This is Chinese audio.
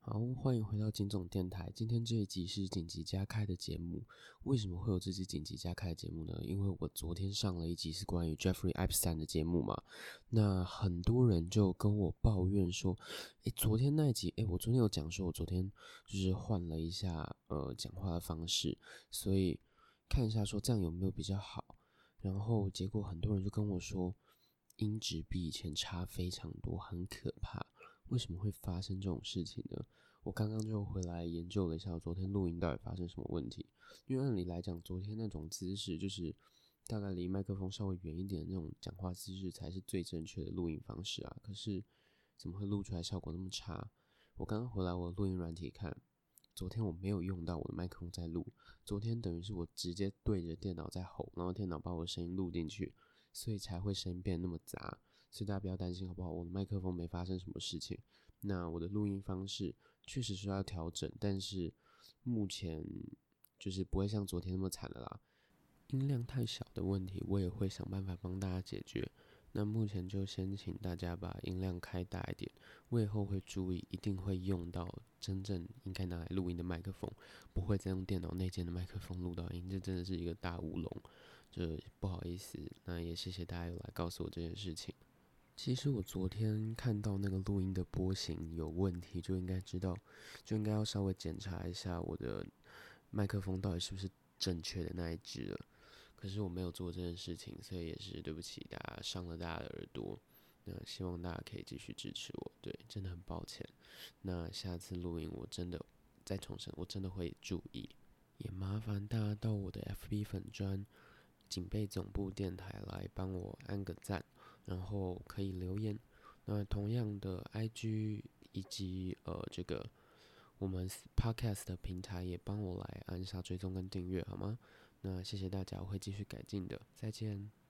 好，欢迎回到金总电台。今天这一集是紧急加开的节目。为什么会有这集紧急加开的节目呢？因为我昨天上了一集是关于 Jeffrey Epstein 的节目嘛。那很多人就跟我抱怨说，昨天那一集，我昨天有讲说，我昨天就是换了一下讲话的方式，所以看一下说这样有没有比较好。然后结果很多人就跟我说，音质比以前差非常多，很可怕。为什么会发生这种事情呢？我刚刚就回来研究了一下，我昨天录音到底发生什么问题。因为按理来讲，昨天那种姿势就是大概离麦克风稍微远一点的那种讲话姿势才是最正确的录音方式啊。可是怎么会录出来效果那么差？我刚刚回来我的录音软体看，昨天我没有用到我的麦克风在录，昨天等于是我直接对着电脑在吼，然后电脑把我的声音录进去，所以才会声音变得那么杂。所以大家不要担心好不好？我的麦克风没发生什么事情。那我的录音方式确实是要调整，但是目前就是不会像昨天那么惨了啦。音量太小的问题，我也会想办法帮大家解决。那目前就先请大家把音量开大一点，我以后会注意，一定会用到真正应该拿来录音的麦克风，不会再用电脑内建的麦克风录到音，这真的是一个大乌龙。就不好意思，那也谢谢大家有来告诉我这件事情。其实我昨天看到那个录音的波形有问题，就应该知道，就应该要稍微检查一下我的麦克风到底是不是正确的那一只了。可是我没有做这件事情，所以也是对不起大家，伤了大家的耳朵。那希望大家可以继续支持我，对，真的很抱歉。那下次录音我真的再重申，我真的会注意。也麻烦大家到我的 FB 粉专警备总部电台来帮我按个赞，然后可以留言。那同样的 IG 以及这个我们 Podcast 的平台也帮我来按下追踪跟订阅好吗？那谢谢大家，我会继续改进的，再见。